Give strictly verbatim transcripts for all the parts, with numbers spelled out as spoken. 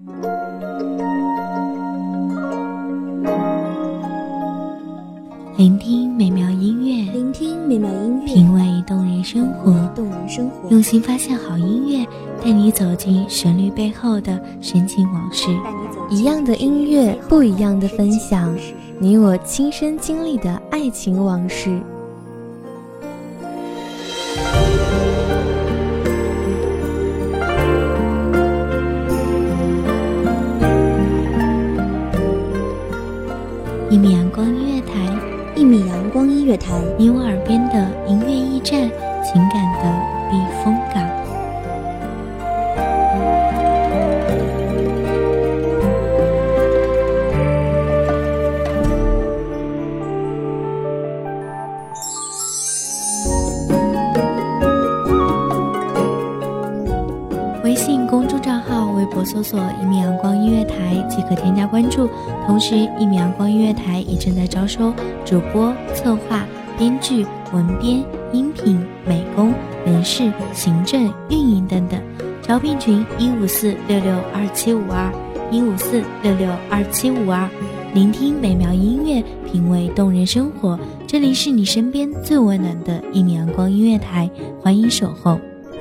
聆听美妙音乐， 聆听美妙音乐， 品味动人生活， 动人生活， 用心发现好音乐，带你走进旋律背后的深情往事。 一样的音乐，不一样的分享，你我亲身经历的爱情往事。 一米阳光音乐台， 一米阳光音乐台， 你我耳边的音乐驿站，情感的避风港。微信公众账号、微博搜索“一米阳光音乐台”即可添加关注。同时，一米阳光音乐台也正在招收主播、策划、编剧、文编、音频、美工、人事、行政、运营等等。招聘群一五四六六二七五二一五四六六二七五二。聆听美妙音乐，品味动人生活。这里是你身边最温暖的一米阳光音乐台，欢迎守候。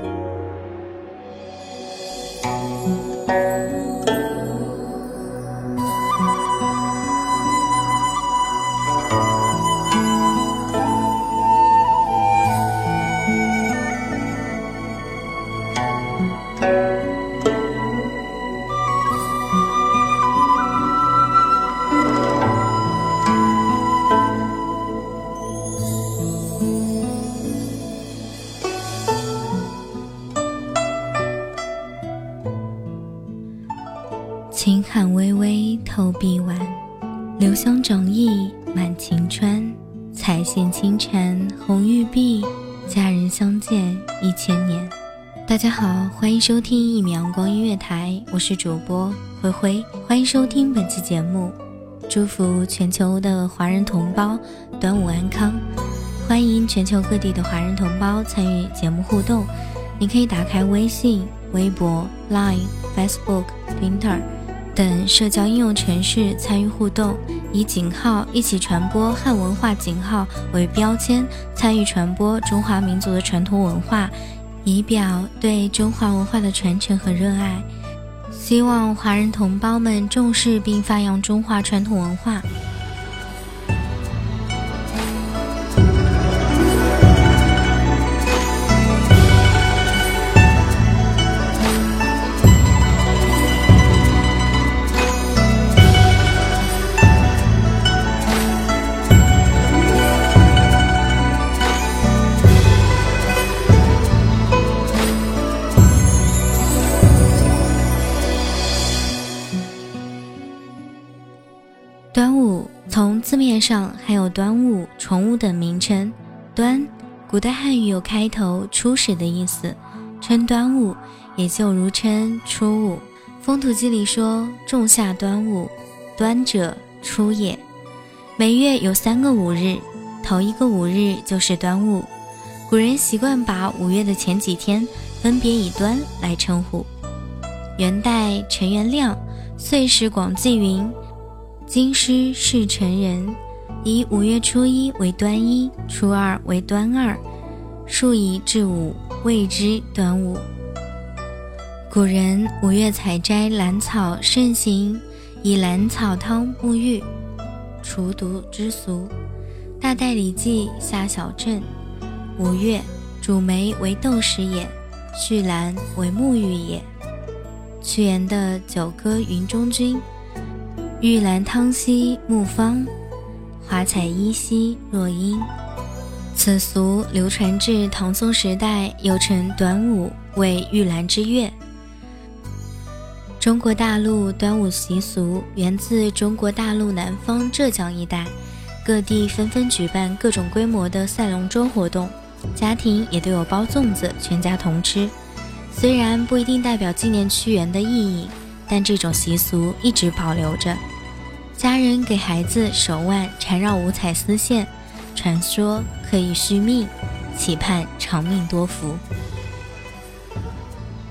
轻喊微微透臂弯，留香整意满晴川。彩线轻缠红玉臂，佳人相见一千年。大家好，欢迎收听一米阳光音乐台，我是主播灰灰，欢迎收听本期节目。祝福全球的华人同胞端午安康，欢迎全球各地的华人同胞参与节目互动。你可以打开微信、微博、Line、Facebook、Twitter 等社交应用程式参与互动，以井号一起传播汉文化井号为标签，参与传播中华民族的传统文化，以表对中华文化的传承和热爱。希望华人同胞们重视并发扬中华传统文化。端午从字面上含有端午、重午等名称。端，古代汉语有开头、初始的意思，称端午也就如称初午。风土记里说：“仲夏端午，端者初也。”每月有三个五日，头一个五日就是端午。古人习惯把五月的前几天分别以端来称呼。元代陈元亮《岁时广记》云：京师是成人，以五月初一为端一，初二为端二，数以至五，谓之端午。古人五月采摘兰草盛行，以兰草汤沐浴，除毒之俗。大戴礼记下小正：五月，主梅为豆豉也，续兰为沐浴也。屈原的《九歌·云中君》：玉兰汤兮木方，华彩依稀若阴。此俗流传至唐宋时代，又称端午，为玉兰之月。中国大陆端午习俗源自中国大陆南方浙江一带，各地纷纷举办各种规模的赛龙舟活动，家庭也都有包粽子，全家同吃。虽然不一定代表纪念屈原的意义，但这种习俗一直保留着。家人给孩子手腕缠绕五彩丝线，传说可以续命，期盼长命多福。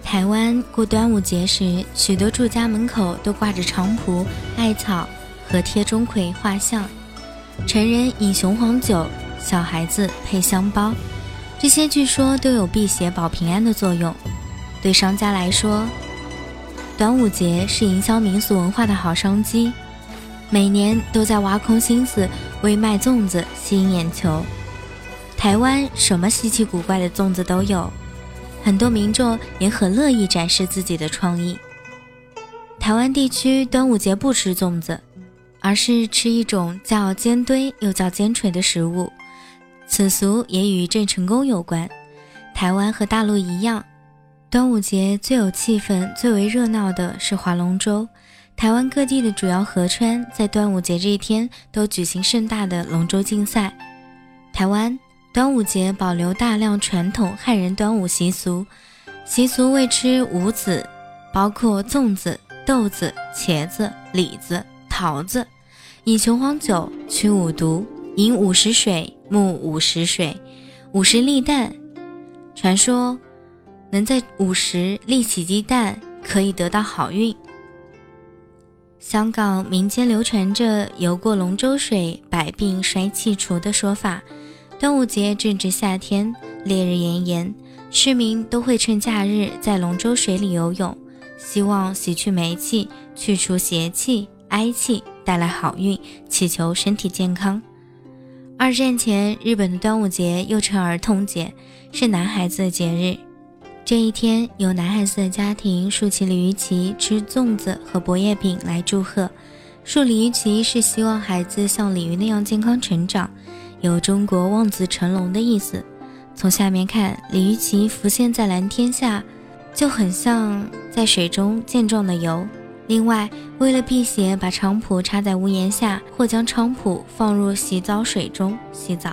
台湾过端午节时，许多住家门口都挂着菖蒲、艾草和贴钟馗画像，成人饮雄黄酒，小孩子配香包，这些据说都有辟邪保平安的作用。对商家来说，端午节是营销民俗文化的好商机，每年都在挖空心思为卖粽子吸引眼球。台湾什么稀奇古怪的粽子都有，很多民众也很乐意展示自己的创意。台湾地区端午节不吃粽子，而是吃一种叫煎堆又叫煎锤的食物，此俗也与郑成功有关。台湾和大陆一样，端午节最有气氛、最为热闹的是划龙舟。台湾各地的主要河川在端午节这一天都举行盛大的龙舟竞赛。台湾端午节保留大量传统汉人端午习俗，习俗为吃五子，包括粽子、豆子、茄子、李子、桃子，饮雄黄酒，驱五毒，饮午时水，沐午时水，午时立蛋。传说能在午时立起鸡蛋，可以得到好运。香港民间流传着游过龙舟水，百病衰气除的说法。端午节正值夏天，烈日炎炎，市民都会趁假日在龙舟水里游泳，希望洗去霉气，去除邪气、哀气，带来好运，祈求身体健康。二战前，日本的端午节又称儿童节，是男孩子的节日。这一天，有男孩子的家庭竖起鲤鱼旗，吃粽子和薄叶饼来祝贺。竖鲤鱼旗是希望孩子像鲤鱼那样健康成长，有中国望子成龙的意思。从下面看，鲤鱼旗浮现在蓝天下，就很像在水中健壮的游。另外，为了辟邪，把菖蒲插在屋檐下，或将菖蒲放入洗澡水中洗澡。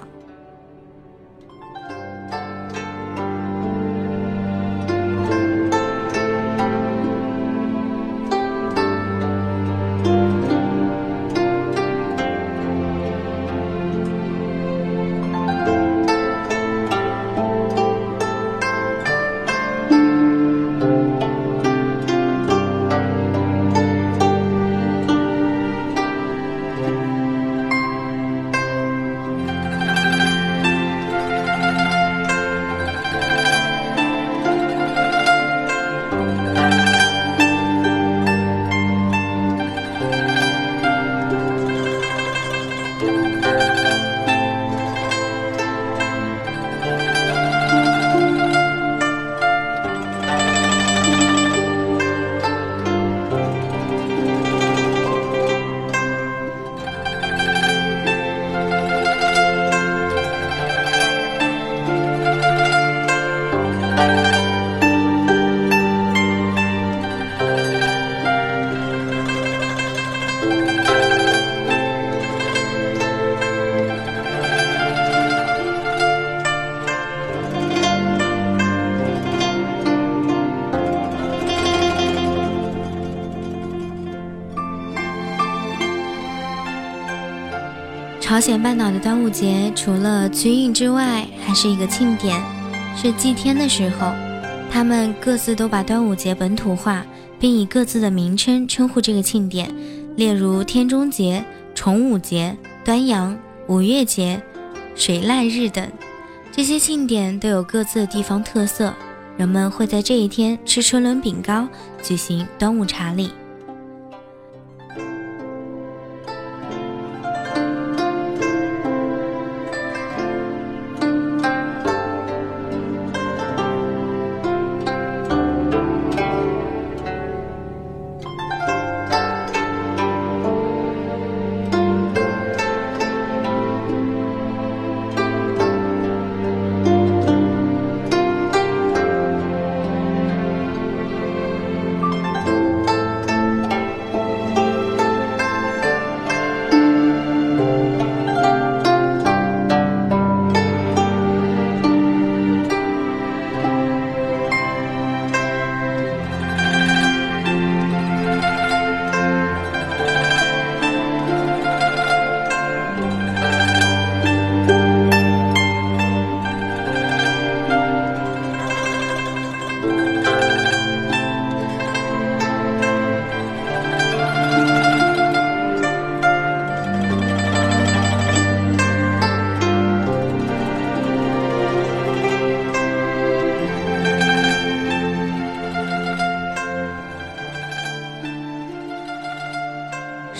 朝鲜半岛的端午节除了驱运之外，还是一个庆典，是祭天的时候。他们各自都把端午节本土化，并以各自的名称称呼这个庆典，例如天中节、重午节、端阳、五月节、水赖日等。这些庆典都有各自的地方特色，人们会在这一天吃春轮饼糕，举行端午茶礼。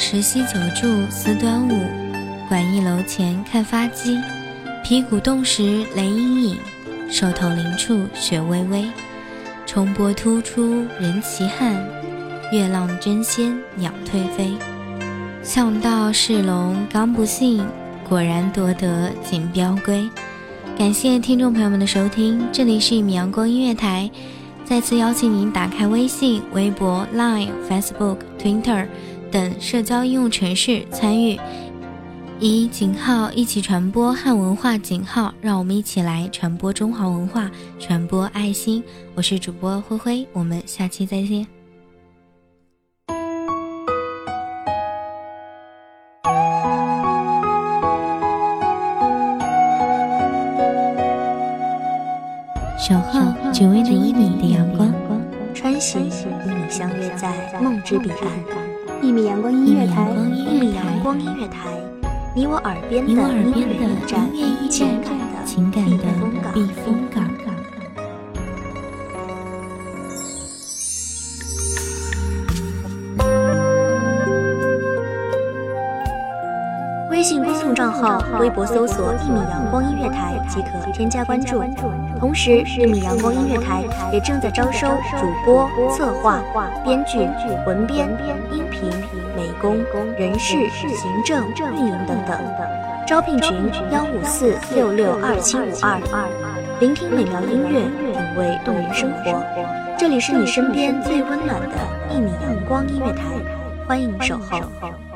十溪九柱思端午，馆驿楼前看发鸡。皮鼓动时雷隐隐，兽头林处雪微微。冲波突出人奇汉，月浪争先鸟退飞。向道是龙刚不信，果然夺得锦标归。感谢听众朋友们的收听，这里是一米阳光音乐台。再次邀请您打开微信、微博、Line、Facebook、Twitter 等社交应用程式参与，以井号一起传播汉文化井号，让我们一起来传播中华文化，传播爱心。我是主播灰灰，我们下期再见。守候只为那一米的阳光， 穿行与你相约在梦之彼岸。一米阳光音乐台，一米阳光音乐台，你我耳边的音乐驿站，情感的避风港。微信公众账号、微博搜索“一米阳光音乐台”即可添加关注。同时，一米阳光音乐台也正在招收主播、策划、编剧、文编、音频、美工、人事、行政、运营等等。招聘群：幺五四六六二七五二。聆听美妙音乐，品味动人生活。这里是你身边最温暖的一米阳光音乐台，欢迎守候。